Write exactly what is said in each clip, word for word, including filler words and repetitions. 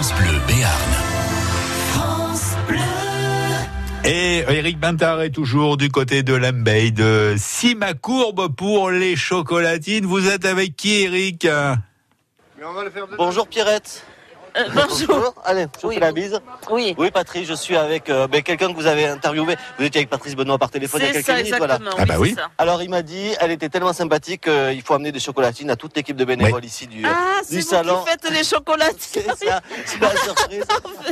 France Bleu Béarn. France Bleu. Et Eric Bintard est toujours du côté de l'Ambeille de Simacourbe pour les chocolatines. Vous êtes avec qui, Eric ? Bonjour Pierrette. Euh, bonjour. Allez, je vous Oui. fais la bise. Oui. Oui, Patrice, je suis avec euh, ben, quelqu'un que vous avez interviewé. Vous étiez avec Patrice Benoît par téléphone il y a C'est quelques ça, minutes. exactement. Voilà. Ah bah oui. c'est ça. Alors il m'a dit, elle était tellement sympathique qu'il faut amener des chocolatines à toute l'équipe de bénévoles Oui. ici du, Ah, du c'est vous salon. qui faites les chocolatines. C'est ça, c'est la surprise.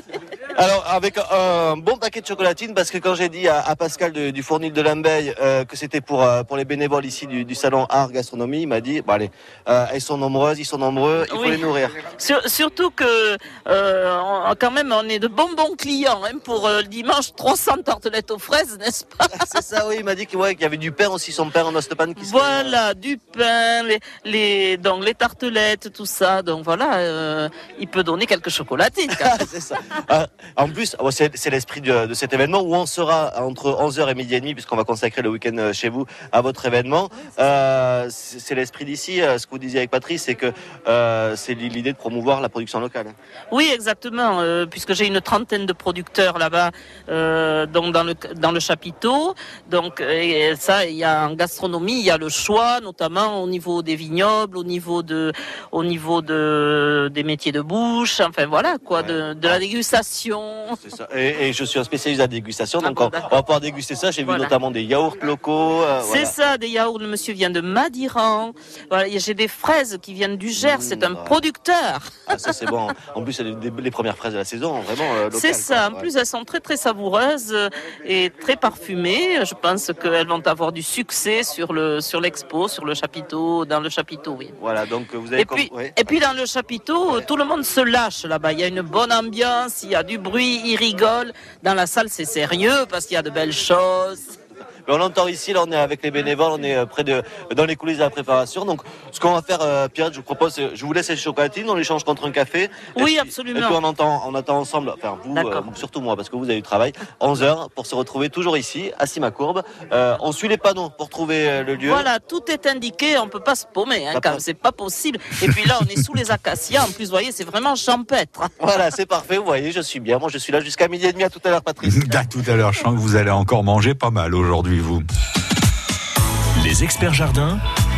Alors avec un bon paquet de chocolatines, parce que quand j'ai dit à, à Pascal de- du Fournil de l'Ambeille euh, que c'était pour, euh, pour les bénévoles ici du, du salon Art Gastronomie, il m'a dit, bon allez, euh, elles sont nombreuses, ils sont nombreux, il faut Oui. les nourrir. Sur- surtout que, euh, on- quand même, on est de bons bons clients hein, pour euh, le dimanche. trois cents tartelettes aux fraises, n'est-ce pas? C'est ça, oui, il m'a dit qu'il ouais, qu'il y avait du pain aussi, son pain en os de panne qui se Voilà, du pain, les, les, donc les tartelettes, tout ça. Donc voilà, euh, il peut donner quelques chocolatines. quand même. C'est ça. Euh, en plus, oh, c'est, c'est l'esprit de, de cet événement où on sera entre onze heures et midi et demi, puisqu'on va consacrer le week-end euh, chez vous à votre événement. Euh, c'est, c'est l'esprit d'ici. Euh, ce que vous disiez avec Patrice, c'est que euh, c'est l'idée de promouvoir la production locale. Oui, exactement, euh, puisque j'ai une trentaine de producteurs là-bas, euh, donc dans le dans le chapiteau. Donc et ça, il y a en gastronomie, il y a le choix, notamment au niveau des vignobles, au niveau de au niveau de des métiers de bouche. Enfin voilà quoi, de, de la dégustation. C'est ça. Et, et je suis un spécialiste de la dégustation, Ah donc bon, on, d'accord. on va pouvoir déguster ça. J'ai Voilà. vu notamment des yaourts locaux. euh, C'est voilà. ça, des yaourts. Le monsieur vient de Madiran. Voilà, et j'ai des fraises qui viennent du Gers. C'est un Mmh, ouais. producteur. Ah, ça c'est bon. En plus, c'est les, les premières fraises de la saison, vraiment euh, locales. C'est ça. En quoi. plus, elles sont très très savoureuses euh, et très parfumées. Je pense qu'elles vont avoir du succès sur le sur l'expo, sur le chapiteau, dans le chapiteau, oui. Voilà, donc euh, vous avez Et puis, com- ouais. et puis dans le chapiteau, euh, tout le monde se lâche là-bas. Il y a une bonne ambiance, il y a du bruit, ils rigolent. Dans la salle, c'est sérieux parce qu'il y a de belles choses. Mais on l'entend ici, là on est avec les bénévoles, on est euh, près de, dans les coulisses de la préparation. Donc ce qu'on va faire, euh, Pierre, je vous propose, c'est- je vous laisse les chocolatines, on les change contre un café. Et Oui, puis- absolument. Et puis on entend, on attend ensemble, enfin vous, euh, D'accord. surtout moi, parce que vous avez du travail, onze heures pour se retrouver toujours ici, à Simacourbe. Euh, on suit les panneaux pour trouver euh, le lieu. Voilà, tout est indiqué, on peut pas se paumer, hein, Ça quand prend- même, c'est pas possible. Et puis là, on est sous les acacias, en plus, vous voyez, c'est vraiment champêtre. Voilà, c'est parfait, vous voyez, je suis bien. Moi je suis là jusqu'à midi et demi, à tout à l'heure, Patrice. À tout à l'heure, je sens que vous allez encore manger pas mal aujourd'hui, vous. Les experts jardins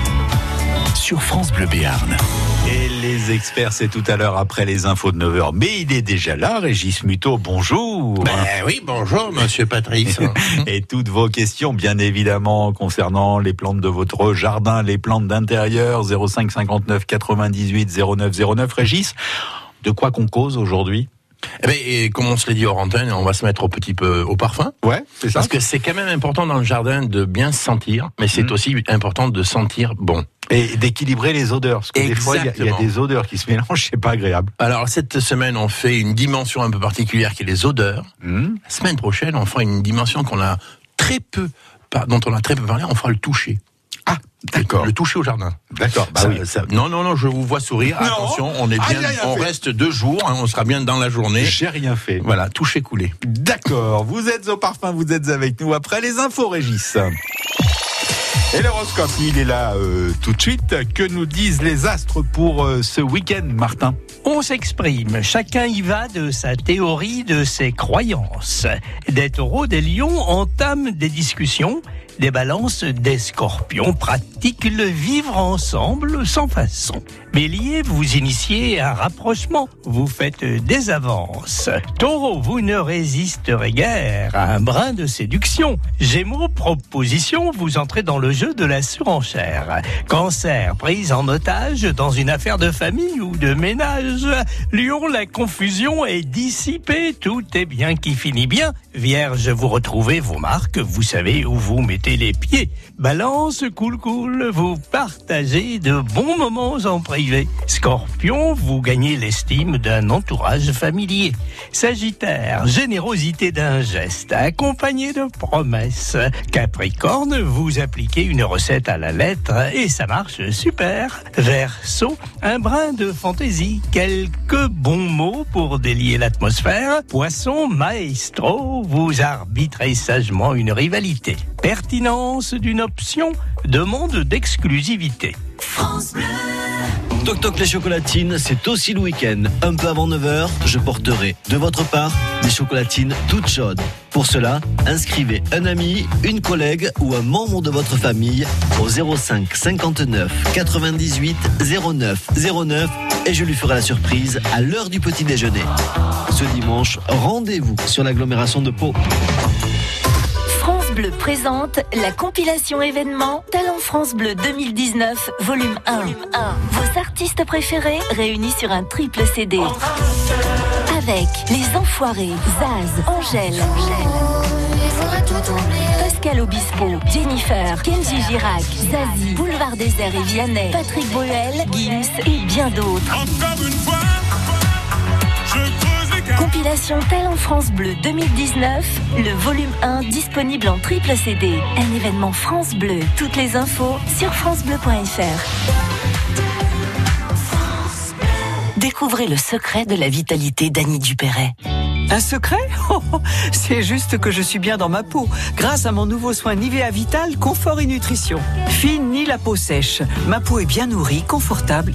sur France Bleu Béarn. Et les experts, c'est tout à l'heure après les infos de neuf heures. Mais il est déjà là, Régis Muto, bonjour. Ben oui, bonjour, monsieur Patrice. Et toutes vos questions, bien évidemment, concernant les plantes de votre jardin, les plantes d'intérieur, zéro cinq cinquante-neuf quatre-vingt-dix-huit zéro neuf zéro neuf. Régis, de quoi qu'on cause aujourd'hui ? Eh ben, et comme on se l'a dit hors antenne, on va se mettre un petit peu au parfum. Ouais, c'est ça. Parce que c'est quand même important dans le jardin de bien se sentir, mais c'est Mhm. aussi important de sentir bon. Et d'équilibrer les odeurs, parce que des fois, il y a- il y, a Exactement. des odeurs qui se mélangent, c'est pas agréable. Alors cette semaine, on fait une dimension un peu particulière qui est les odeurs. Hum. La semaine prochaine, on fera une dimension qu'on a très peu, par- dont on a très peu parlé, on fera le toucher. Ah, d'accord. Le toucher au jardin. D'accord, bah Ça- oui. ça- non, non, non, je vous vois sourire. Non. Attention, on est Ah, bien, j'ai rien on fait. reste deux jours, hein, on sera bien dans la journée. J'ai rien fait. Voilà, toucher coulé. D'accord, vous êtes au parfum, vous êtes avec nous après les infos, Régis. Et l'horoscope, il est là euh, tout de suite. Que nous disent les astres pour euh, ce week-end, Martin ? On s'exprime, chacun y va de sa théorie, de ses croyances. Des taureaux, des lions entament des discussions, des balances, des scorpions pratiquent le vivre ensemble sans façon. Bélier, vous initiez un rapprochement, vous faites des avances. Taureau, vous ne résisterez guère à un brin de séduction. Gémeaux, proposition, vous entrez dans le jeu de la surenchère. Cancer, prise en otage dans une affaire de famille ou de ménage. Lion, la confusion est dissipée, tout est bien qui finit bien. Vierge, vous retrouvez vos marques, vous savez où vous mettez les pieds. Balance, cool cool, vous partagez de bons moments en privé. Scorpion, vous gagnez l'estime d'un entourage familier. Sagittaire, générosité d'un geste, accompagné de promesses. Capricorne, vous appliquez une recette à la lettre et ça marche super. Verseau, un brin de fantaisie, quelques bons mots pour délier l'atmosphère. Poisson, maestro, vous arbitrez sagement une rivalité. Pertinence d'une option, demande d'exclusivité. France Bleu. Toc Toc les chocolatines, c'est aussi le week-end. Un peu avant neuf heures, je porterai de votre part des chocolatines toutes chaudes. Pour cela, inscrivez un ami, une collègue ou un membre de votre famille au zéro cinq cinquante-neuf quatre-vingt-dix-huit zéro neuf zéro neuf et je lui ferai la surprise à l'heure du petit déjeuner. Ce dimanche, rendez-vous sur l'agglomération de Pau. France Bleu présente la compilation événement Talent France Bleu deux mille dix-neuf, volume un. Vos artistes préférés réunis sur un triple C D. Avec Les Enfoirés, Zaz, Angèle, Pascal Obispo, Jennifer, Kenji Girac, Zazie, Boulevard Désert et Vianney, Patrick Bruel, Gims et bien d'autres. Compilation Talent France Bleu deux mille dix-neuf, le volume un disponible en triple C D. Un événement France Bleu. Toutes les infos sur francebleu point f r. Découvrez le secret de la vitalité d'Annie Dupéret. Un secret ? Oh, c'est juste que je suis bien dans ma peau, grâce à mon nouveau soin Nivea Vital Confort et Nutrition. Fine ni la peau sèche, ma peau est bien nourrie, confortable